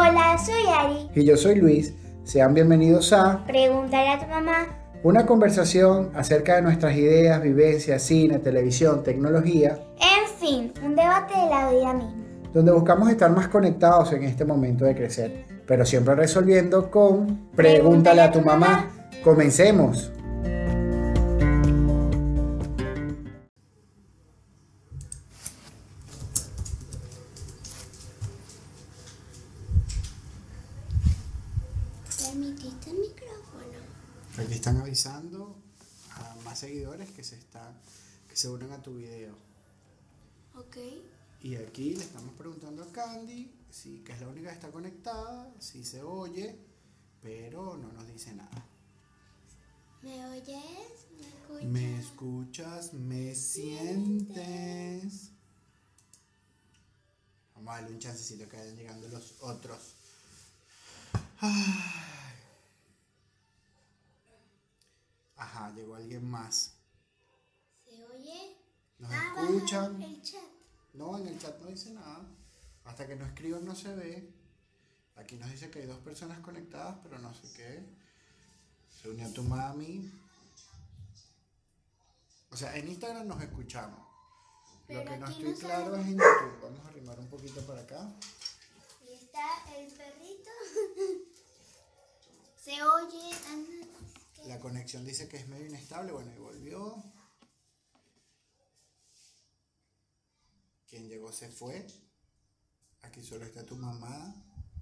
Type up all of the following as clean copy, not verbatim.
Hola, soy Ari. Y yo soy Luis. Sean bienvenidos a Pregúntale a tu mamá. una conversación acerca de nuestras ideas, vivencias, cine, televisión, tecnología, En fin, un debate de la vida misma. donde buscamos estar más conectados en este momento de crecer, pero siempre resolviendo con Pregúntale a tu mamá. Comencemos. ¿Permitiste el micrófono? Aquí están avisando a más seguidores que se unen a tu video. Ok. Y aquí le estamos preguntando a Candy, que es la única que está conectada, si se oye, pero no nos dice nada. ¿Me oyes? ¿Me escuchas? ¿Me escuchas? ¿Me sientes? Vamos a darle un chancecito que vayan llegando los otros. Ay. Ajá, llegó alguien más. ¿Se oye? ¿Nos escuchan? Baja el chat. No, en el chat no dice nada. Hasta que no escriban no se ve. Aquí nos dice que hay 2 personas conectadas, pero no sé qué. Se unió tu mami. O sea, en Instagram nos escuchamos. Pero Lo que no aquí estoy no claro sale. es en YouTube. Vamos a arrimar un poquito para acá. Y está el perrito. ¿Se oye? Ana? La conexión dice que es medio inestable. Bueno, y volvió. Quien llegó se fue. Aquí solo está tu mamá.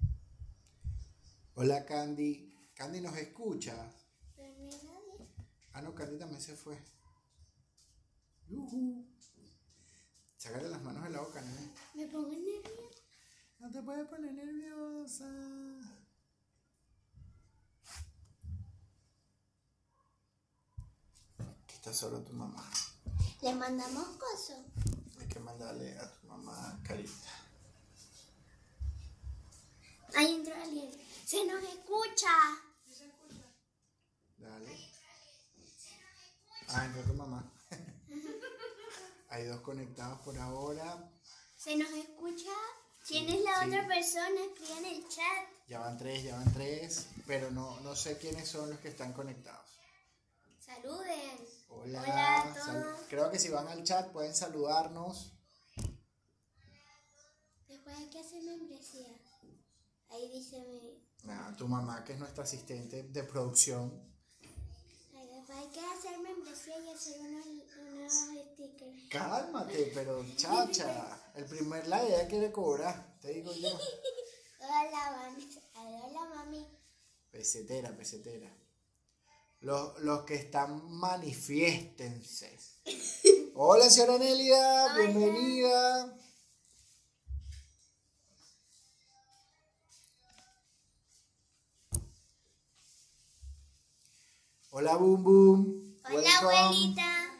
Hola, Candy. Candy, ¿nos escucha? Pero no hay nadie. Ah, no, Candy también se fue. ¡Yujú! Sácale las manos de la boca, nene. Me pongo nerviosa. No te puedes poner nerviosa. Aquí está solo tu mamá. Le mandamos cosas. Hay que mandarle a tu mamá carita. Ahí entró alguien. ¡Se nos escucha! Dale. Ah, entró tu mamá. Hay 2 conectados por ahora. ¿Se nos escucha? ¿Quién es la Sí. otra persona? Escribe en el chat. Ya van 3. Pero no sé quiénes son los que están conectados. Saluden. Hola. Hola a todos. Creo que si van al chat pueden saludarnos. Después hay que hacer membresía. Ahí dice Tu mamá, que es nuestra asistente de producción. Ahí después hay que hacer membresía y hacer unos stickers. Cálmate, pero chacha. El primer like ella quiere cobrar, te digo yo. Hola, Vanessa. Hola, mami. Pesetera. Los que están, manifiéstense. Hola, señora Nelia, Hola. bienvenida. Hola, Boom Boom. Hola, Welcome. abuelita.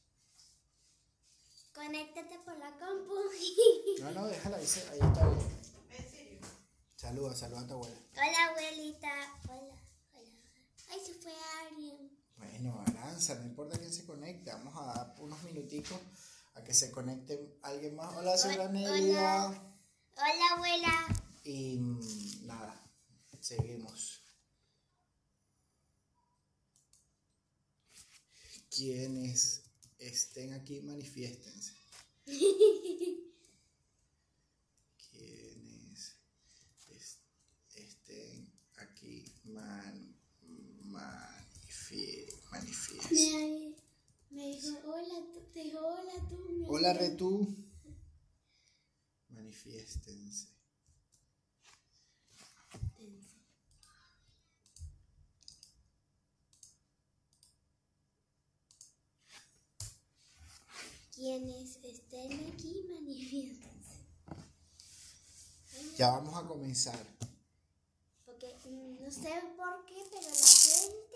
Conéctate por la compu. No, déjala, ahí está bien. ¿En serio? Saluda a tu abuela. Hola, abuelita. Hola. Ay, se fue alguien. Bueno, Aranza, no importa quién se conecte, vamos a dar unos minutitos a que se conecte alguien más. Hola, señora Nelia. Hola, abuela. Y nada, seguimos. Quienes estén aquí, manifiéstense. Quienes estén aquí, manifiesten. Me dijo hola, te dijo hola tú. Hola, Retú. Manifiéstense. Quienes estén aquí, manifiéstense. Ya vamos a comenzar. Porque no sé por qué, pero la gente...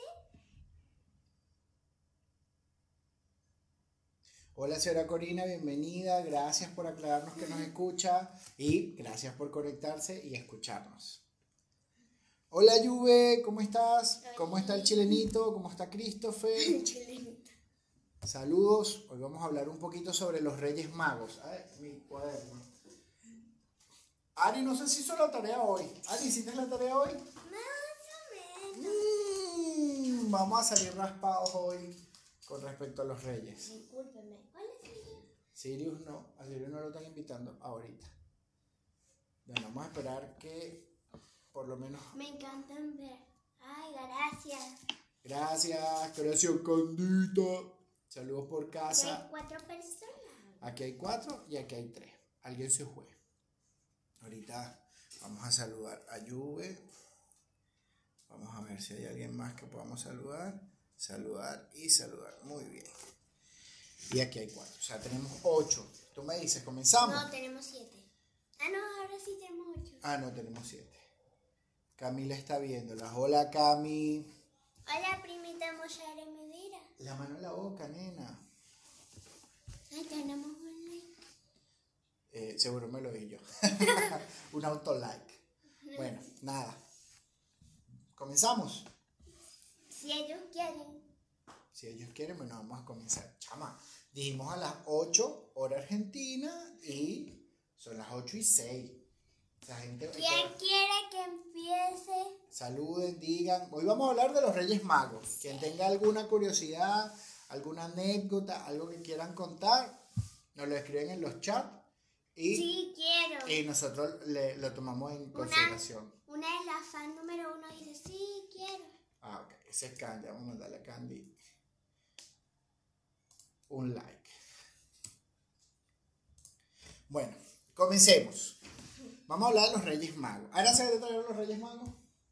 Hola, señora Corina, bienvenida. Gracias por aclararnos que nos escucha y gracias por conectarse y escucharnos. Hola, Juve, ¿cómo estás? ¿Cómo está el chilenito? ¿Cómo está Christopher? Saludos. Hoy vamos a hablar un poquito sobre los Reyes Magos. A ver, mi cuaderno. Ari no sé si hizo la tarea hoy. Ari, ¿hiciste la tarea hoy? Más o menos. Vamos a salir raspados hoy con respecto a los reyes. Discúlpeme. Hola, Silvia. Sirius no, a Sirius no lo están invitando ahorita. Bueno, vamos a esperar que por lo menos... Me encantan ver. Ay, gracias. Gracias Candita. Saludos por Aquí casa. hay 4 personas. Aquí hay 4 y aquí hay 3. Alguien se fue. Ahorita vamos a saludar a Juve. Vamos a ver si hay alguien más que podamos saludar. Saludar y saludar. Muy bien. Y aquí hay 4. O sea, tenemos 8. Tú me dices, ¿comenzamos? No, tenemos 7. Ah, no, ahora sí tenemos 8. Ah, no, tenemos 7. Camila está viéndolas. Hola, Cami. Hola, primita Moshare Medira. La mano en la boca, nena. Ay, tenemos un like. Seguro me lo di yo. Un auto-like. Bueno, nada. ¿Comenzamos? Si ellos quieren. Si ellos quieren, bueno, vamos a comenzar. Chama, dijimos a las 8, hora argentina, y son las 8:06. La gente, ¿Quién quiere que empiece? saluden, digan. Hoy vamos a hablar de los Reyes Magos. Quien tenga alguna curiosidad, alguna anécdota, algo que quieran contar, nos lo escriben en los chats y, Sí, quiero. y nosotros lo tomamos en consideración. Una de las fan número 1 dice, sí, quiero. Ah, ok. Ese es Candy. Vamos a mandarle a Candy un like. Bueno, comencemos. Vamos a hablar de los Reyes Magos. ¿Ahora se te trajeron los Reyes Magos?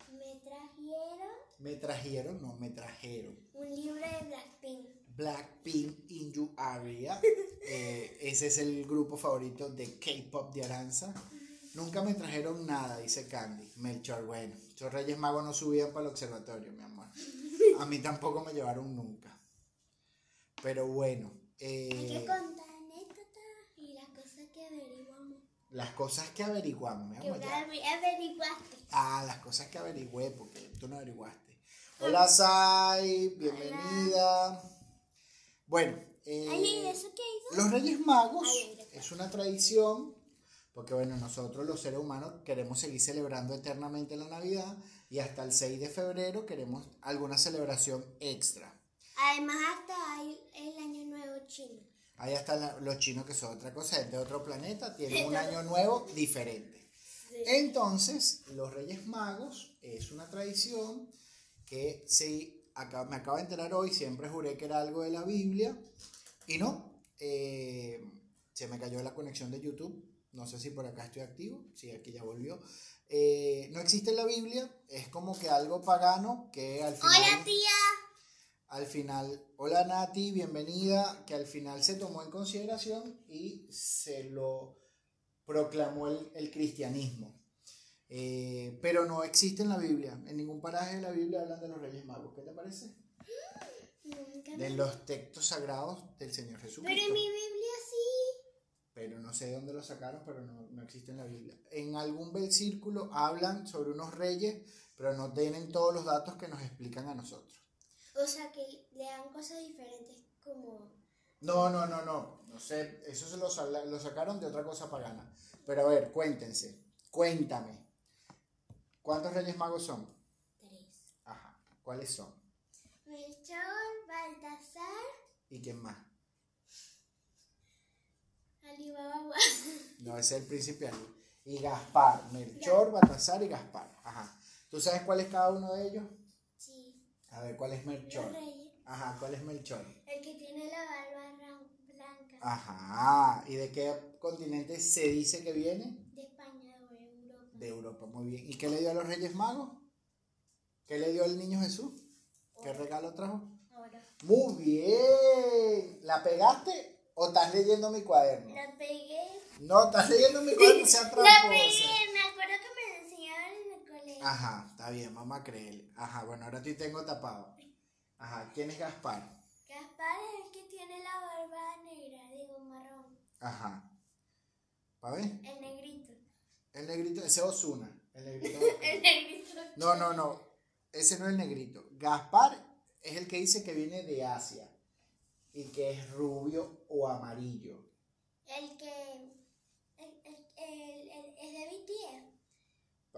Me trajeron Me trajeron. un libro de Blackpink. Blackpink in your area. Ese es el grupo favorito de K-pop de Aranza. Nunca me trajeron nada, dice Candy. Melchor, bueno, los Reyes Magos no subían para el observatorio, mi amor. A mí tampoco me llevaron nunca. Pero bueno. Hay que contar anécdotas y las cosas que averiguamos. Las cosas que averiguamos, mi Que amor. Ya. averiguaste. Ah, las cosas que averigüé, porque tú no averiguaste. Hola, Sai, bienvenida. Bueno, Ay, ¿eso qué hizo? los Reyes Magos Ay, es una tradición, porque bueno, nosotros los seres humanos queremos seguir celebrando eternamente la Navidad y hasta el 6 de febrero queremos alguna celebración extra. Además, hasta hay el año nuevo chino. Ahí están los chinos que son otra cosa, es de otro planeta, tienen un año nuevo diferente. Sí. Entonces, los Reyes Magos es una tradición que me acabo de enterar hoy, siempre juré que era algo de la Biblia y no, se me cayó la conexión de YouTube, no sé si por acá estoy activo, sí, aquí ya volvió. No existe en la Biblia, es como que algo pagano que al final... Hola, tía. Al final, hola Nati, bienvenida, que al final se tomó en consideración y se lo proclamó el cristianismo. Pero no existe en la Biblia, en ningún paraje de la Biblia hablan de los Reyes Magos. ¿Qué te parece? Nunca De me- los textos sagrados del Señor Pero Jesucristo. en mi Biblia sí. Pero no sé de dónde lo sacaron, pero no existe en la Biblia. En algún versículo hablan sobre unos reyes, pero no tienen todos los datos que nos explican a nosotros. O sea, que le dan cosas diferentes como... No sé, eso lo sacaron de otra cosa pagana. Pero a ver, cuéntame. ¿Cuántos Reyes Magos son? 3. Ajá, ¿cuáles son? Melchor, Baltasar, ¿Y quién más? Alibaba. No, ese es el príncipe Ali. Y Gaspar, Melchor, Baltasar y Gaspar. Ajá. ¿Tú sabes cuál es cada uno de ellos? Sí. A ver, ¿cuál es Melchor? Los reyes. Ajá, ¿cuál es Melchor? El que tiene la barba blanca. Ajá, ¿y de qué continente se dice que viene? De España o Europa. De Europa, muy bien. ¿Y qué le dio a los Reyes Magos? ¿Qué le dio al niño Jesús? ¿Qué regalo trajo? Ahora. Muy bien. ¿La pegaste o estás leyendo mi cuaderno? La pegué. No, estás leyendo mi cuaderno, sea La tramposa. pegué. Me acuerdo que me enseñaron en el colegio. Ajá, está bien, vamos a creerle. Ajá, bueno, ahora te tengo tapado. Ajá, ¿quién es Gaspar? Gaspar es el que tiene la barba negra, digo marrón. Ajá. ¿Para ver? El negrito. El negrito, ese es Ozuna. El negrito. El negrito. No. Ese no es el negrito. Gaspar es el que dice que viene de Asia y que es rubio o amarillo. El que... es de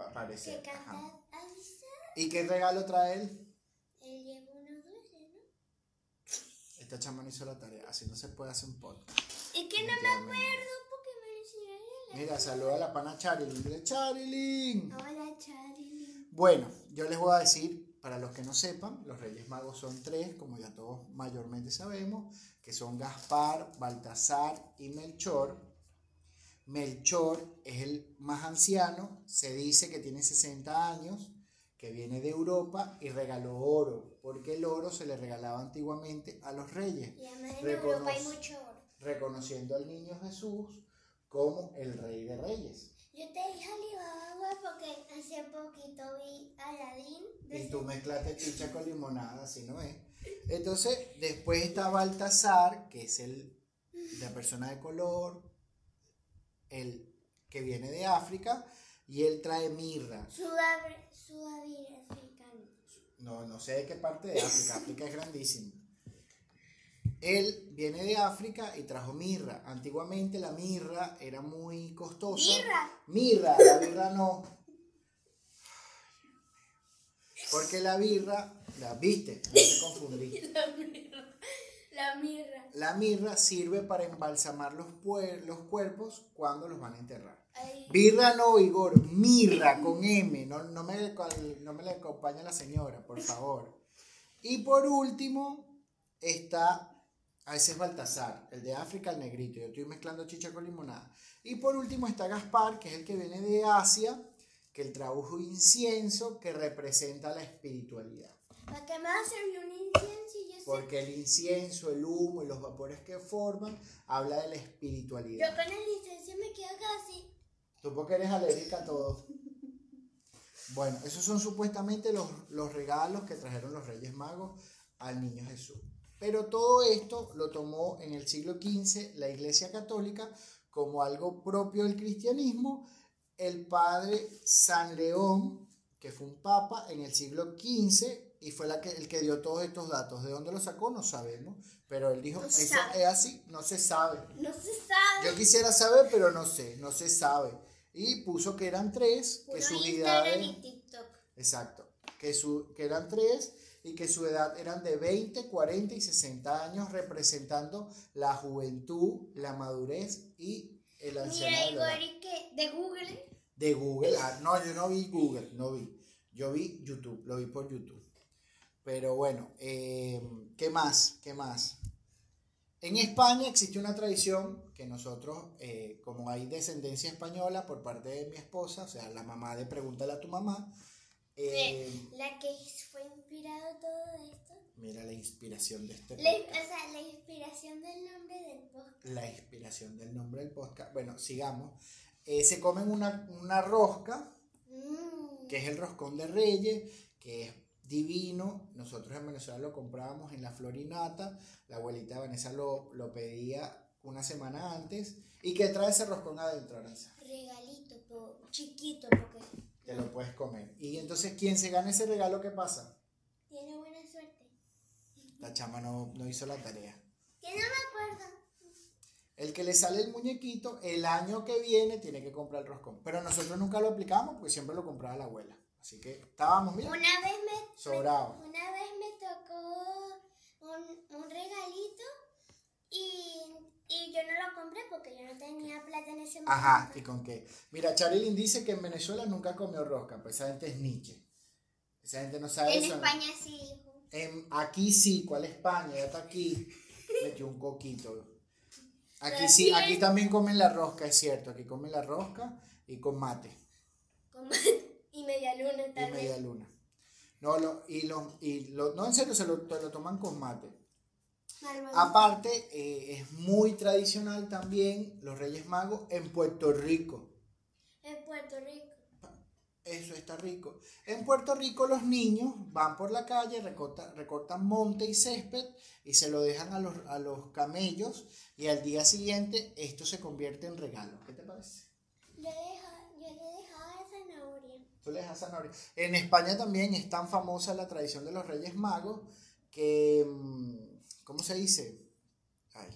parecer. Que canta Ajá. avisa. ¿Y qué regalo trae él? Él lleva unos dulces, ¿no? Esta chama no hizo la tarea, así no se puede hacer un podcast. Es que no me Definitivamente. acuerdo porque me lo hicieron en la Mira, saluda a la pana Charilyn. Dile, Charilyn. Hola, Charlie. Bueno, yo les voy a decir, para los que no sepan, los Reyes Magos son tres, como ya todos mayormente sabemos, que son Gaspar, Baltasar y Melchor. Melchor es el más anciano, se dice que tiene 60 años, que viene de Europa y regaló oro, porque el oro se le regalaba antiguamente a los reyes, Y además en Europa hay mucho oro. reconociendo al niño Jesús como el rey de reyes. Yo te dije Alibaba porque hace poquito vi a Aladín. Y tú mezclaste chicha con limonada, así no es. Entonces, después está Baltasar, que es la persona de color, el que viene de África, y él trae mirra. Sudafricano. No sé de qué parte de África, África es grandísimo. Él viene de África y trajo mirra. Antiguamente la mirra era muy costosa. Mirra, la birra no. Porque la birra, viste, no te confundí. La mirra sirve para embalsamar los cuerpos cuando los van a enterrar. Ay. Birra no, Igor, mirra con M, no me le acompaña la señora, por favor. Y por último está, ese es Baltasar, el de África, el negrito, yo estoy mezclando chicha con limonada. Y por último está Gaspar, que es el que viene de Asia, que él trajo incienso que representa la espiritualidad. ¿Para qué me va a servir un incienso? Y yo sé. Porque el incienso, el humo y los vapores que forman habla de la espiritualidad. Yo con el incienso me quedo casi. Tú porque eres alérgica a todo. Bueno, esos son supuestamente los regalos que trajeron los Reyes Magos al niño Jesús. Pero todo esto lo tomó en el siglo XV la Iglesia Católica como algo propio del cristianismo. El padre San León, que fue un papa en el siglo XV, y fue el que dio todos estos datos. ¿De dónde lo sacó? No sabemos. Pero él dijo, No eso sabe. es así, no se sabe. No se sabe. Yo quisiera saber, pero no se sabe. Y puso que eran tres, que Puro su Instagram edad... y TikTok. Exacto, que eran tres y que su edad eran de 20, 40 y 60 años, representando la juventud, la madurez y el anciano Mira, Igor, ¿y qué? ¿De Google? de Google. No, yo no vi Google, no vi. Yo vi YouTube, lo vi por YouTube. Pero bueno, ¿qué más? En España existe una tradición que nosotros, como hay descendencia española por parte de mi esposa, o sea, la mamá de Pregúntale a tu mamá, La que fue inspirado todo esto. mira la inspiración de este La podcast. inspiración del nombre del podcast. La inspiración del nombre del podcast. Bueno, sigamos. Se comen una rosca, que es el roscón de Reyes, que es divino. Nosotros en Venezuela lo comprábamos en la Florinata. La abuelita Vanessa lo pedía una semana antes. ¿Y qué trae ese roscón adentro, Aranza? Regalito, pero chiquito, porque Te lo puedes comer. Y entonces, ¿quién se gana ese regalo, qué pasa? tiene buena suerte. La chama no hizo la tarea. Que no me acuerdo. El que le sale el muñequito, el año que viene tiene que comprar el roscón. Pero nosotros nunca lo aplicamos porque siempre lo compraba la abuela. Así que estábamos, mira, Una vez sobrados. me tocó un regalito y yo no lo compré porque yo no tenía plata en ese momento. Ajá, ¿y con qué? Mira, Charilyn dice que en Venezuela nunca comió rosca, pues esa gente es Nietzsche. Esa gente no sabe En eso. España sí, hijo. Aquí sí, ¿cuál España? Ya está aquí. Metió un coquito. Aquí Pero sí, sí aquí es- también comen la rosca, es cierto. Aquí comen la rosca y con mate. Y media luna Y tal media vez. luna. No, no, en serio, te lo toman con mate. Marmalito. Aparte, es muy tradicional también los Reyes Magos en Puerto Rico. En Puerto Rico. Eso está rico. En Puerto Rico los niños van por la calle, recortan monte y césped y se lo dejan a los camellos y al día siguiente esto se convierte en regalo. ¿Qué te parece? Yo le dejaba zanahoria. Tú le dejas zanahoria. En España también es tan famosa la tradición de los Reyes Magos que, ¿cómo se dice? Ay.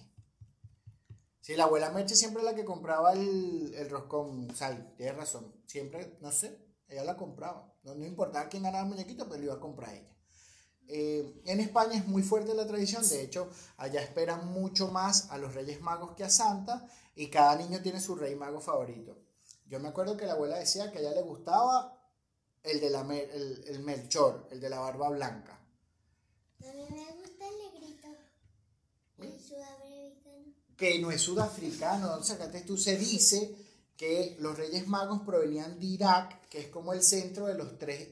Sí, la abuela Merche siempre es la que compraba el roscón, Sai, tienes razón. Siempre, no sé, ella la compraba. No importaba quién ganaba el muñequito, pero lo iba a comprar ella. En España es muy fuerte la tradición, de hecho, allá esperan mucho más a los Reyes Magos que a Santa, y cada niño tiene su rey mago favorito. Yo me acuerdo que la abuela decía que a ella le gustaba el Melchor, el de la barba blanca. A mí me gusta el negrito, el sudamericano. Que no es sudafricano, ¿dónde sacaste tú? Se dice que los Reyes Magos provenían de Irak, que es como el centro de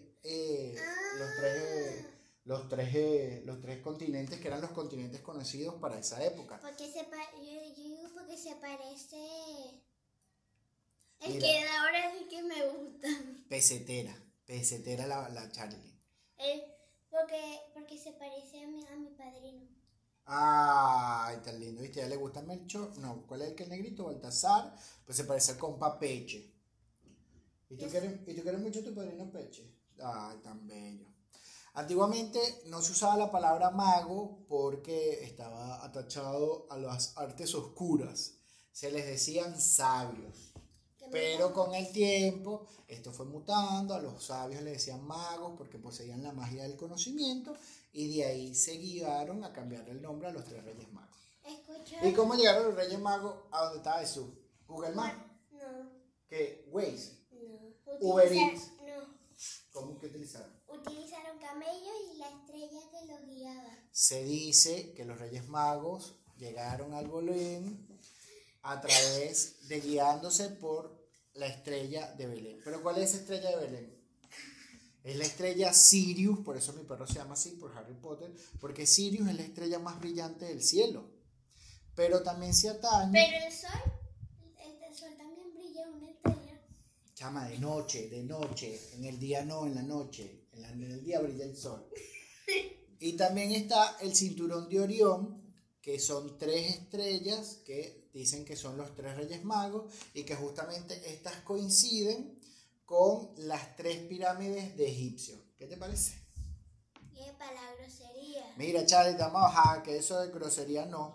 los tres continentes, que eran los continentes conocidos para esa época. Yo digo porque se parece. El Mira, que da ahora es el que me gusta. pesetera la Charlie. Porque se parece a mi padrino. Ay, tan lindo, ¿viste? ¿A ella le gusta Melchor? No, ¿cuál es el que es negrito? Baltasar, pues se parece al compa Peche. ¿Y tú quieres mucho a tu padrino Peche? Ay, tan bello. Antiguamente no se usaba la palabra mago porque estaba atachado a las artes oscuras. Se les decían sabios. Pero con el tiempo esto fue mutando, a los sabios les decían magos porque poseían la magia del conocimiento, y de ahí se guiaron a cambiar el nombre a los 3 Reyes Magos. ¿Y cómo llegaron los Reyes Magos a donde estaba Jesús? ¿Google Maps? No. ¿Qué? ¿Waze? No. ¿Uber Eats? No. ¿Cómo que utilizaron? Utilizaron camellos y la estrella que los guiaba. Se dice que los Reyes Magos llegaron al Belén a través de guiándose por la estrella de Belén. ¿Pero cuál es esa estrella de Belén? Es la estrella Sirius, por eso mi perro se llama así, por Harry Potter, porque Sirius es la estrella más brillante del cielo. Pero también se atañe... Pero el sol también brilla, una estrella. Chama, de noche, en el día no, en la noche, en el día brilla el sol. Y también está el cinturón de Orión, que son 3 estrellas que dicen que son los 3 Reyes Magos, y que justamente estas coinciden con las 3 pirámides de Egipcio. ¿Qué te parece? ¿Qué para la grosería? Mira, Charlie, te vamos a bajar, que eso de groserías no.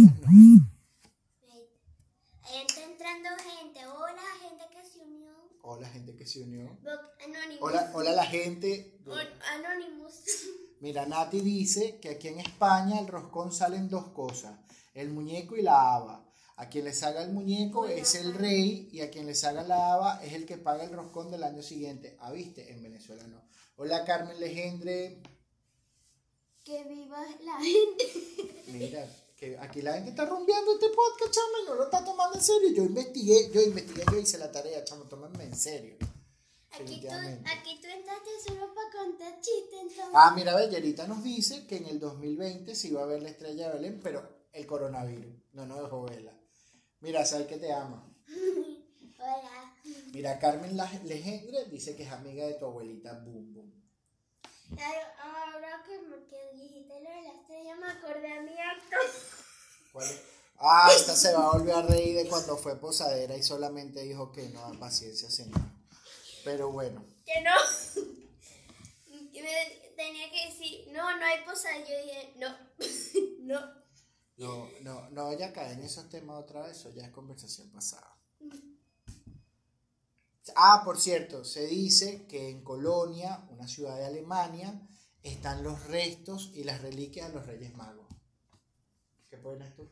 Ahí está entrando gente. Hola, gente que se unió. Hola, gente que se unió. Anonymous. Hola la gente. Anonymous. Mira, Nati dice que aquí en España el roscón salen 2 cosas, el muñeco y la haba. A quien les haga el muñeco es el rey, y a quien les haga la haba es el que paga el roscón del año siguiente. ¿Ah, viste? En Venezuela no. Hola, Carmen Legendre. Que viva la gente. Mira, que aquí la gente está rumbeando este podcast, chama, y no lo está tomando en serio. Yo investigué, yo hice la tarea, chama, tómenme en serio. Aquí tú entraste solo para contar chistes, entonces. Ah, mira, Bellerita nos dice que en el 2020 se iba a ver la estrella de Belén, pero el coronavirus no nos dejó verla. Mira, sabes que te ama. Hola. Mira, Carmen Legendre dice que es amiga de tu abuelita Boom Boom. Ahora que dijiste lo de la estrella, me acordé a mi acto. ¿Cuál es? Ah, esta se va a volver a reír de cuando fue posadera y solamente dijo que no, paciencia, señor. Pero bueno. Que no. Tenía que decir, no hay posada. Yo dije, no. No, ya cae en esos temas otra vez, eso ya es conversación pasada. Ah, por cierto, se dice que en Colonia, una ciudad de Alemania, están los restos y las reliquias de los Reyes Magos. ¿Qué opinas tú?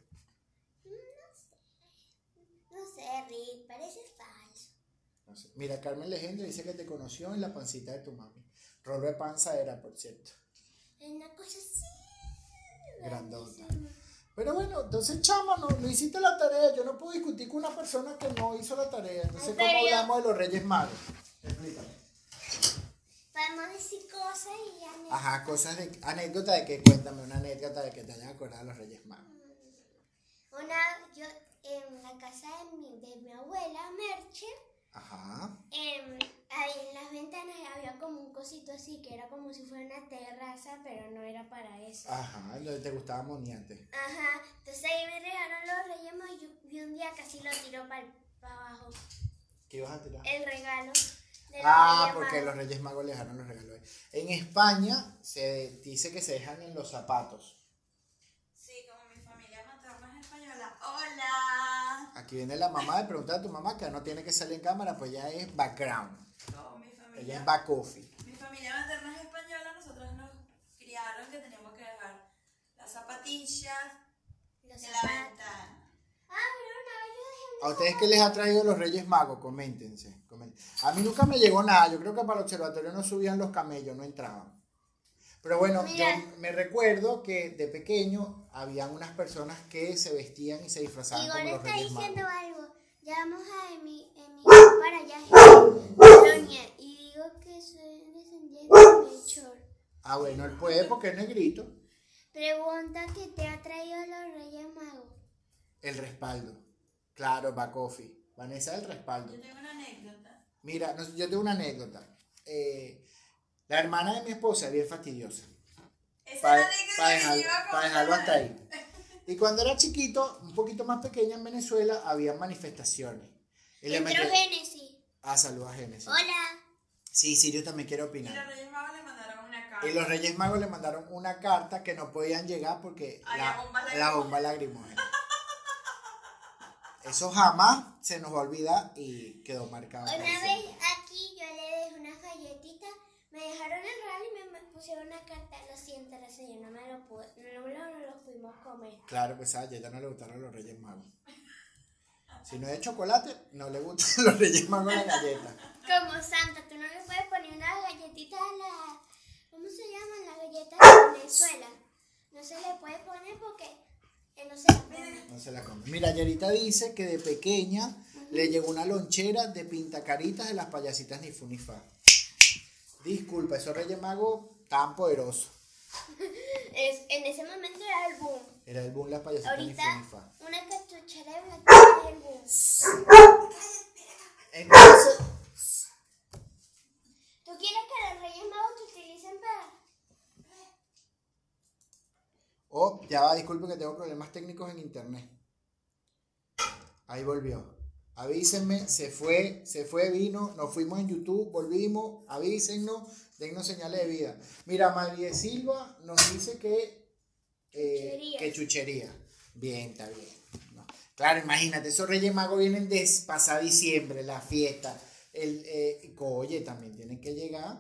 No sé, Rick, parece falso. No sé. Mira, Carmen Legendre dice que te conoció en la pancita de tu mami. Rolo de panza era, por cierto. Una cosa así. Grandota. Pero bueno, entonces, chama, no hiciste la tarea. Yo no puedo discutir con una persona que no hizo la tarea. Entonces, ¿cómo hablamos de los Reyes Magos? Explícame. Podemos decir cosas y anécdotas. Ajá, anécdota de que, cuéntame una anécdota de que te hayan acordado de los Reyes Magos. Yo en la casa de mi abuela, Merche, Ajá. ahí en las ventanas había como un cosito así, que era como si fuera una terraza, pero no era para eso. Ajá, donde te gustaba moniante. Ajá, entonces ahí me regalaron los Reyes Magos y un día casi lo tiró para abajo. ¿Qué ibas a tirar? El regalo. Porque los Reyes Magos le dejaron los regalos. En España se dice que se dejan en los zapatos. Sí, como mi familia materna es española. ¡Hola! Aquí viene la mamá de preguntar a tu mamá, que no tiene que salir en cámara, pues ya es background. Como mi familia Ella es Bacofi. Mi familia materna es española, nosotros nos criaron que teníamos que dejar las zapatillas Los en la zapatos. ventana. Pero una vez yo dejé ¿A ustedes qué les ha traído los Reyes Magos? Coméntense. A mí nunca me llegó nada. Yo creo que para el observatorio no subían los camellos, no entraban. Pero bueno, Mira. yo me recuerdo que de pequeño habían unas personas que se vestían y se disfrazaban Igor como los está Reyes diciendo Magos. algo. Ya vamos a emigrar para allá, Polonia. Y digo que soy descendiente de Melchor. Ah, bueno, él puede porque es negrito. Pregunta que te ha traído los Reyes Magos. El respaldo. Claro, Bacofi. Vanessa, el respaldo. Yo tengo una anécdota. Mira, yo tengo una anécdota. La hermana de mi esposa es bien fastidiosa. Esa Para es la anécdota que yo iba a contar. dejarlo hasta ahí. Y cuando era chiquito, un poquito más pequeña en Venezuela, había manifestaciones. Y le Entró metí- Génesis. Ah, saludos a Génesis. Hola. Sí, sí, yo también quiero Y opinar. los Reyes Magos le mandaron una carta. Y los Reyes Magos le mandaron una carta que no podían llegar porque la bomba lacrimógena. Eso jamás se nos va a olvidar y quedó marcado. para Una siempre. vez aquí yo le dejé unas galletitas. Me dejaron el regalo y me pusieron una carta. Lo siento, la señora, no me lo pude, no lo pudimos comer. Claro, pues a ella no le gustaron los Reyes Magos. Si no es de chocolate, no le gustan los Reyes Magos la galleta. Como Santa, tú no le puedes poner unas galletitas a la... ¿Cómo se llaman las galletas de Venezuela? No se le puede poner porque no se la pone. No se la come. Mira, Yerita dice que de pequeña le llegó una lonchera de pintacaritas de las payasitas ni fu ni fa. Disculpa, esos Reyes Magos tan poderosos. En ese momento era el boom. Era el boom las payasitas ni fu Ahorita, ni fa. una cartuchera de Black es el boom. Entonces, ¿Tú quieres que los Reyes Magos te utilicen para...? ya va, disculpe que tengo problemas técnicos en internet. Ahí volvió. Avísenme, se fue, vino, nos fuimos en YouTube, volvimos, avísennos, dennos señales de vida. Mira, María Silva nos dice que chuchería. Bien, está bien. No. Claro, imagínate, esos Reyes Magos vienen de pasar diciembre, la fiesta. Oye, también tienen que llegar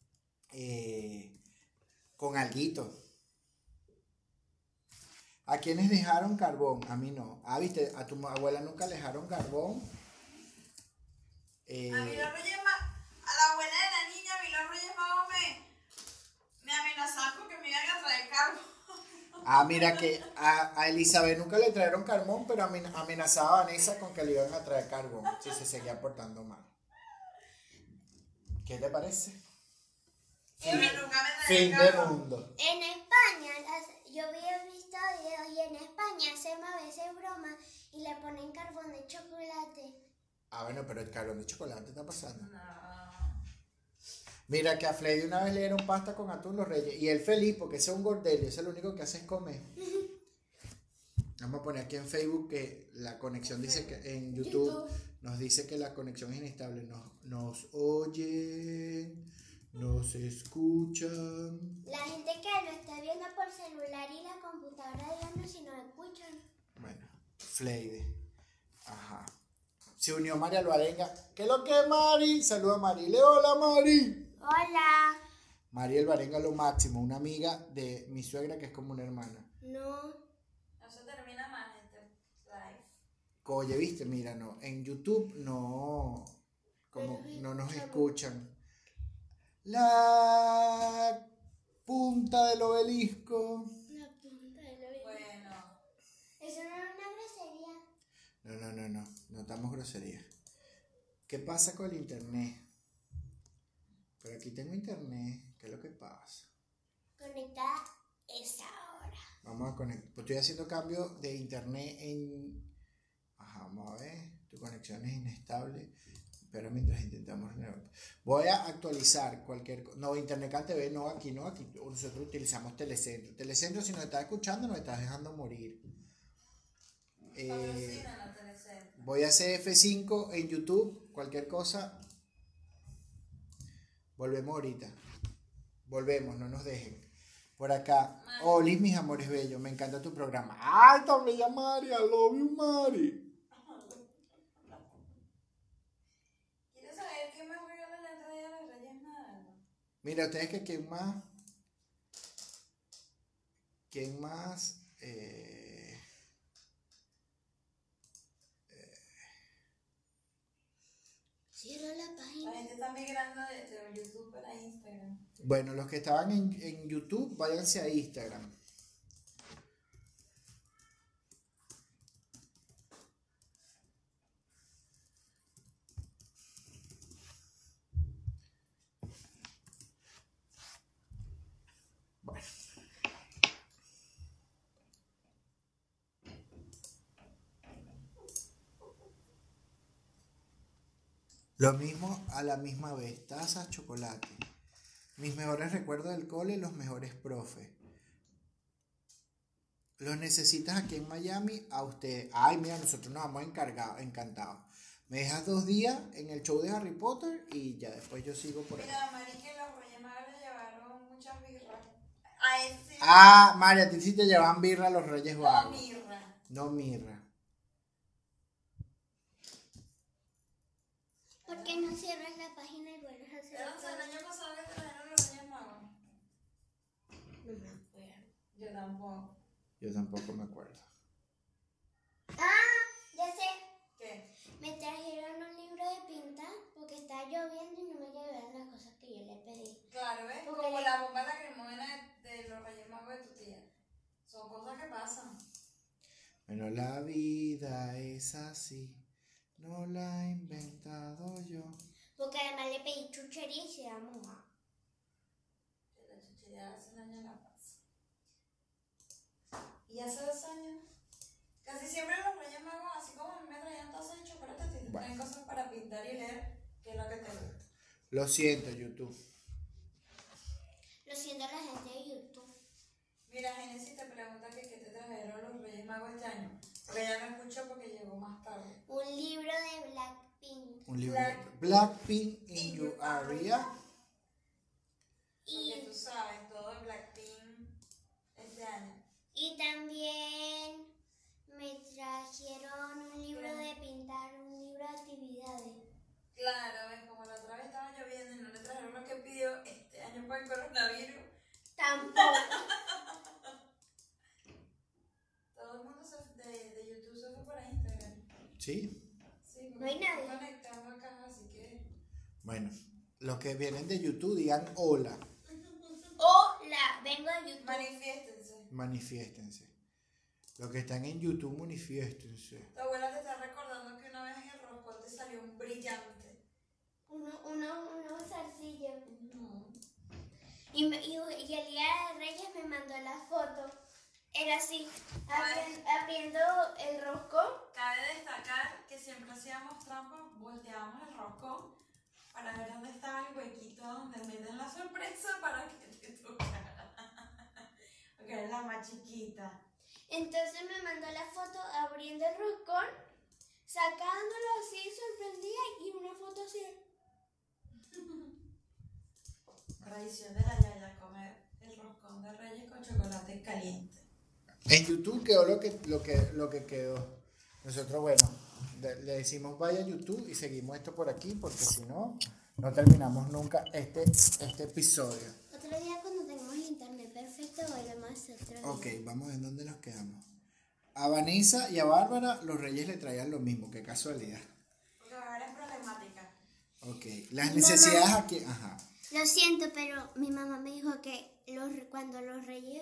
con alguito. ¿A quiénes dejaron carbón? A mí no. Ah, viste, a tu abuela nunca le dejaron carbón. A mí los Reyes Magos, a la abuela de la niña, a mí los Reyes Magos me amenazaban porque me iban a traer carbón. Ah, mira que a Elizabeth nunca le trajeron carbón, pero amenazaba a Vanessa con que le iban a traer carbón si se seguía portando mal. ¿Qué te parece? Pero nunca me Fin traían de carbón. mundo. En España, yo había visto videos y en España hacen a veces bromas y le ponen carbón de chocolate. Ah, bueno, pero el carbón de chocolate está pasando. No. Mira que a Freddy una vez le dieron pasta con atún los Reyes. Y él feliz porque ese es un gordelio, ese es lo único que hace es comer. Vamos a poner aquí en Facebook que la conexión dice que en YouTube nos dice que la conexión es inestable. Nos oyen, nos escuchan. La gente que lo está viendo por celular y la computadora, díganos si nos escuchan. Bueno, Fleide. Ajá. Se unió María Alvarenga. ¿Qué es lo que es, Mari? Saluda a Mari. Hola, Mari. Hola. María Alvarenga lo máximo, una amiga de mi suegra que es como una hermana. No. No se termina más este live. Oye, viste, mira, no, en YouTube no, como no nos escuchan. La punta del obelisco. La punta de la vida. Bueno, Eso no es una grosería. No estamos groserías. ¿Qué pasa con el internet? Pero aquí tengo internet, ¿qué es lo que pasa? Conectada esa hora. Vamos a conectar, pues estoy haciendo cambio de internet en... Ajá, vamos a ver, tu conexión es inestable, pero mientras intentamos... Voy a actualizar cualquier cosa. No, Internet Can TV, no, aquí nosotros utilizamos Telecentro. Telecentro, si nos estás escuchando, nos estás dejando morir. patrocina la Telecentro. Voy a hacer F5 en YouTube, cualquier cosa. Volvemos ahorita. Volvemos, no nos dejen. Por acá. Oh, Liz, mis amores bellos, me encanta tu programa. ¡Ay, tan bella Mari! I love you, Mari. ¿Quieres saber qué más regala la entrada de los Reyes Mira, ustedes que quién más, Cierro la La página. gente está migrando de YouTube para Instagram. bueno, los que estaban en YouTube, váyanse a Instagram. Bueno. Lo mismo a la misma vez, tazas, chocolate. Mis mejores recuerdos del cole, los mejores profes. Los necesitas aquí en Miami a ustedes. Ay, mira, nosotros nos vamos encantados. Me dejas 2 días en el show de Harry Potter y ya después yo sigo por ahí. Mira, Mari, que los Reyes Magos le llevaron muchas birras. A ese. Ah, María, a ti sí te llevan birra a los Reyes No, Magos. mirra. No mirra. ¿Por qué no cierras la página y vuelves a hacer ¿Era el año pasado que trajeron los Reyes Magos? No me acuerdo. Yo tampoco. Yo tampoco me acuerdo. Ah, ya sé. ¿Qué? Me trajeron un libro de pintar porque estaba lloviendo y no me llevaron las cosas que yo le pedí. Claro, ¿ves? Porque Como le- la bomba lacrimógena de los Reyes Magos de tu tía. Son cosas que pasan. Bueno, la vida es así. No la he inventado yo. Porque además le pedí chuchería y se va a mojar. Que la chuchería hace daño a la paz. Y hace 2 años, casi siempre los Reyes Magos, así como a mí me traían tazas de chocolate, a ti te traen cosas para pintar y leer, que es lo que te gusta. Lo siento, YouTube. Lo siento a la gente de YouTube. Mira, Genesis te pregunta que qué te trajeron los Reyes Magos este año. Porque ya no escucho porque llegó más tarde. Un libro de Blackpink. Un libro. Blackpink in your area. Porque Y, tú sabes, todo de Blackpink este año. y también me trajeron un libro de pintar, un libro de actividades. Claro, es como la otra vez estaba lloviendo y no le trajeron lo que pidió este año por el coronavirus. Tampoco. Todo el mundo de YouTube se fue para Instagram. ¿Sí? Sí, No hay nadie. conectamos acá, así que. Bueno, los que vienen de YouTube digan hola. Hola, vengo de YouTube. Manifiéstense. Manifiéstense. Los que están en YouTube, manifiéstense. Tu abuela te está recordando que una vez en el roscón te salió un brillante. Unos zarcillos. No. Y el día de Reyes me mandó la foto. Era así, abriendo el roscón. Cabe destacar que siempre hacíamos trampa, volteábamos el roscón para ver dónde estaba el huequito donde meten la sorpresa para que te tocara. Porque eres la más chiquita. Entonces me mandó la foto abriendo el roscón, sacándolo así, sorprendida, y una foto así. Tradición de la Yaya, comer el roscón de Reyes con chocolate caliente. En YouTube quedó lo que quedó. Nosotros, bueno, le decimos vaya a YouTube y seguimos esto por aquí porque si no, no terminamos nunca este episodio. Otro día cuando tengamos el internet perfecto volvemos a hacer otro día. Ok, vamos a ver dónde nos quedamos. A Vanessa y a Bárbara los reyes le traían lo mismo, qué casualidad. Porque ahora es problemática. Ok, las necesidades aquí, ajá. Lo siento, pero mi mamá me dijo que cuando los reyes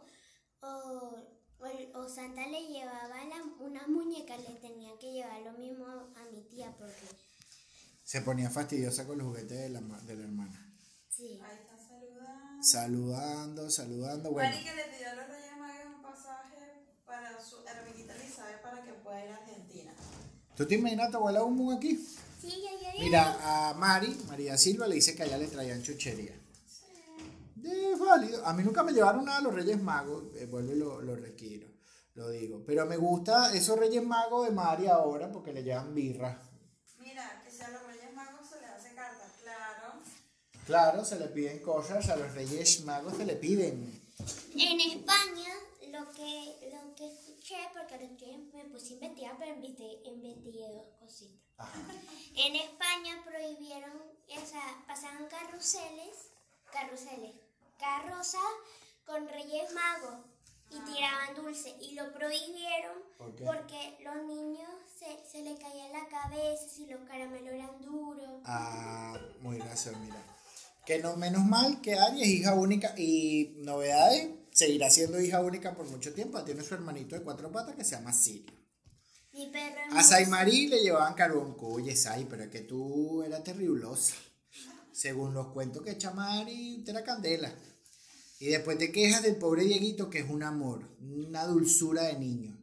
o Santa le llevaba unas muñecas, le tenían que llevar lo mismo a mi tía porque Se ponía fastidiosa con los juguetes de la hermana. sí. Ahí está saludando. Saludando, bueno. Mari que le pidió a los Reyes Magos un pasaje para su hermanita Elizabeth para que pueda ir a Argentina. ¿Tú te imaginas a tu abuela un aquí? Sí, ya. Mira, a María Silva le dice que allá le traían chuchería. Es válido. A mí nunca me llevaron nada a los Reyes Magos. Vuelvo y lo requiero. Lo digo. Pero me gusta esos Reyes Magos de Mari ahora porque le llevan birra. Mira, que si a los Reyes Magos se les hace carta, claro. Claro, se le piden cosas. A los Reyes Magos se le piden. En España, lo que escuché, porque el otro día me puse a investigar, pero investigué dos cositas. Ajá. En España prohibieron, pasaban carruseles carruseles, carrozas con Reyes Magos y tiraban dulce y lo prohibieron porque los niños se les caía la cabeza si los caramelos eran duros. Ah, muy gracioso, mira. Que no, menos mal que Ari es hija única y novedades, seguirá siendo hija única por mucho tiempo. Tiene su hermanito de 4 patas que se llama Sirio. Mi perro A Saimari le llevaban carbón. Oye, Sai, pero es que tú eras terriblosa. Según los cuentos que echa Mari, usted era candela. Y después te quejas del pobre Dieguito, que es un amor, una dulzura de niño.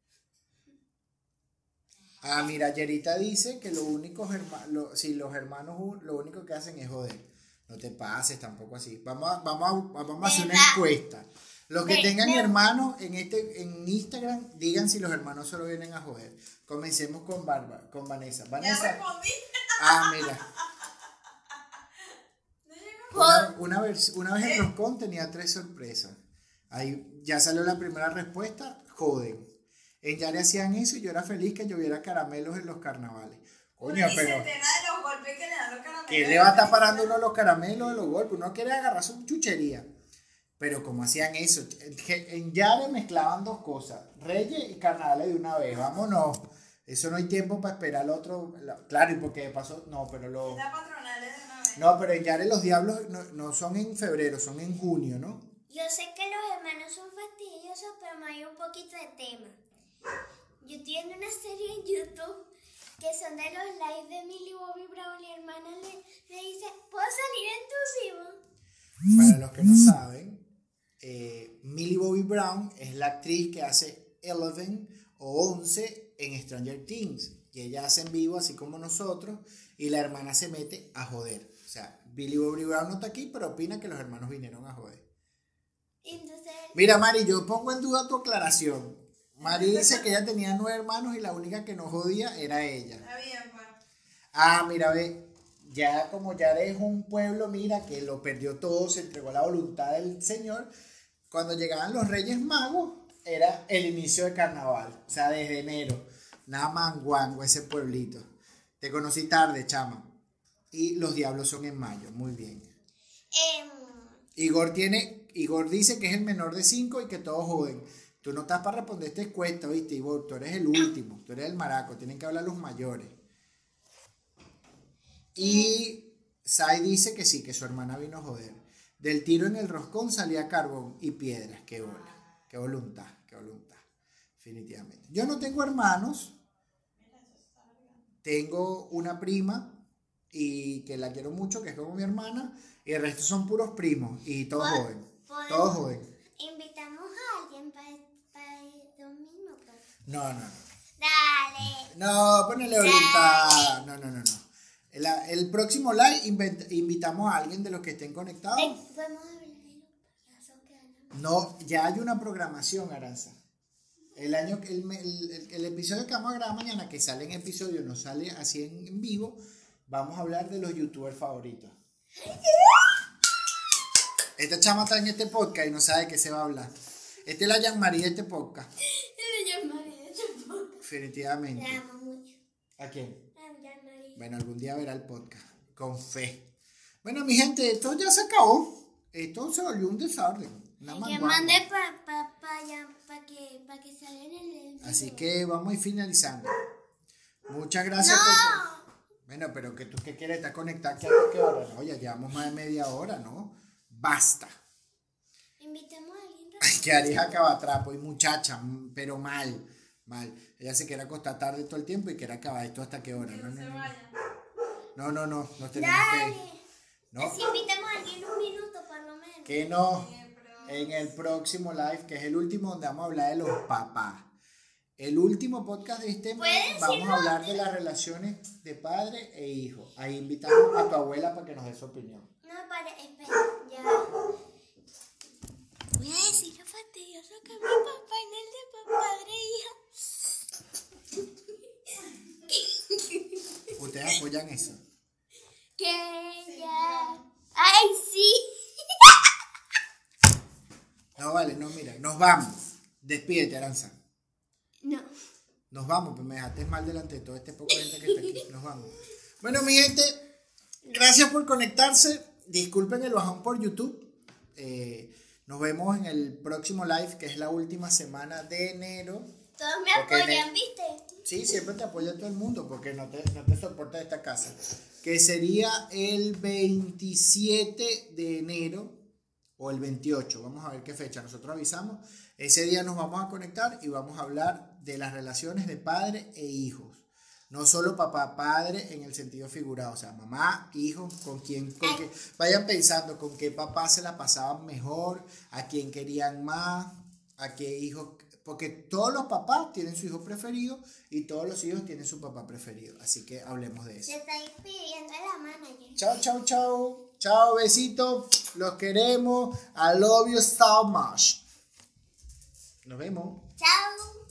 Ah, mira, Yerita dice que los hermanos lo único que hacen es joder. No te pases tampoco así. Vamos a hacer una encuesta. Los que tengan hermanos en Instagram, digan si los hermanos solo vienen a joder. Comencemos con Vanessa. Vanessa. Ya respondí. Ah, mira. Una vez el Roscón tenía 3 sorpresas. Ahí ya salió la primera respuesta, joden. En Yare hacían eso y yo era feliz que lloviera caramelos en los carnavales. Coño, Uno pero se entera de los golpes que le dan los caramelos. ¿qué le va a estar parando uno los caramelos de los golpes? Uno quiere agarrar su chuchería. Pero como hacían eso, en Yare mezclaban 2 cosas, Reyes y carnavales de una vez, vámonos. Eso no hay tiempo para esperar al otro. Claro, y porque de paso, no, pero Las patronales de una vez. no, pero en Yare los diablos no son en febrero, son en junio, ¿no? Yo sé que los hermanos son fastidiosos, pero me hay un poquito de tema. Yo estoy viendo una serie en YouTube que son de los lives de Millie Bobby Brown y hermana le dice, ¿puedo salir en tu vivo? Para los que no saben, Millie Bobby Brown es la actriz que hace 11 o 11 en Stranger Things. Y ella hace en vivo así como nosotros y la hermana se mete a joder. O sea, Millie Bobby Brown no está aquí, pero opina que los hermanos vinieron a joder. Entonces, Mira, Mari, yo pongo en duda tu aclaración. Mari dice que ella tenía 9 hermanos y la única que no jodía era ella. Está bien, pues. Ah, mira, ve, ya como ya eres un pueblo, mira, que lo perdió todo, se entregó a la voluntad del Señor. Cuando llegaban los Reyes Magos, era el inicio de carnaval, o sea, desde enero. Namanguango, ese pueblito. Te conocí tarde, chama. Y los diablos son en mayo, muy bien. Igor dice que es el menor de 5 y que todos joden. Tú no estás para responder esta encuesta, ¿viste, Igor? Tú eres el último, tú eres el maraco, tienen que hablar los mayores. Y Sai dice que sí, que su hermana vino a joder. Del tiro en el roscón salía carbón y piedras. Qué bola, qué voluntad, definitivamente. Yo no tengo hermanos, tengo una prima y que la quiero mucho, que es como mi hermana, y el resto son puros primos y todos joden. Todos joden. invitamos a alguien para el domingo. Pues. No. Dale. No, ponele voluntad. No. El próximo live invitamos a alguien de los que estén conectados. Podemos hablar de los payasos que ganan. No, ya hay una programación, Aranza. El episodio que vamos a grabar mañana, que sale en episodio, no sale así en vivo, vamos a hablar de los youtubers favoritos. Esta chama está en este podcast y no sabe de qué se va a hablar. Esta es la Jean-Marie de este podcast. Definitivamente. La amo mucho. ¿A quién? La Jean-Marie. Bueno, algún día verá el podcast. Con fe. Bueno, mi gente, esto ya se acabó. Esto se volvió un desorden. Una Que manguanga. mande para que salga en el... Así que vamos a ir finalizando. Muchas gracias ¡No! Bueno, pero que tú qué quieres estar conectado aquí hasta qué hora, ¿no? Ya llevamos más de media hora, ¿no? Basta. Invitemos a alguien. Ay, que Ari acabatrapo y muchacha, pero mal. Ella se quiere acostar tarde todo el tiempo y quiere acabar esto hasta qué hora. Que no se vaya. No, nos tenemos que ir. Dale. No, Así invitamos a alguien un minuto por lo menos. que no. En el próximo live, que es el último donde vamos a hablar de los papás. El último podcast de este mes ¿Puedes vamos decirlo? a hablar de las relaciones de padre e hijo. Ahí invitamos a tu abuela para que nos dé su opinión. No, espera, ya. Voy a decir lo fastidioso que mi papá en el de padre e hija. ¿Ustedes apoyan eso? Que ya. ¡Ay, sí! No, vale, no, mira, nos vamos. Despídete, Aranza. No. Nos vamos, pues me dejaste mal delante de toda esta poca gente que está aquí. Nos vamos. Bueno, mi gente, gracias por conectarse. disculpen el bajón por YouTube. Nos vemos en el próximo live, que es la última semana de enero. Todos me Porque apoyan, ¿viste? Sí, siempre te apoya todo el mundo porque no te soporta esta casa. Que sería el 27 de enero o el 28. Vamos a ver qué fecha. Nosotros avisamos. Ese día nos vamos a conectar y vamos a hablar de las relaciones de padre e hijos. No solo papá, padre en el sentido figurado. O sea, mamá, hijos, con quién. Vayan pensando con qué papá se la pasaban mejor, a quién querían más, a qué hijos. Porque todos los papás tienen su hijo preferido y todos los hijos tienen su papá preferido. Así que hablemos de eso. Se está despidiendo la manager. Chao, chao, chao. Chao, besitos. Los queremos. I love you so much. Nos vemos. Chao.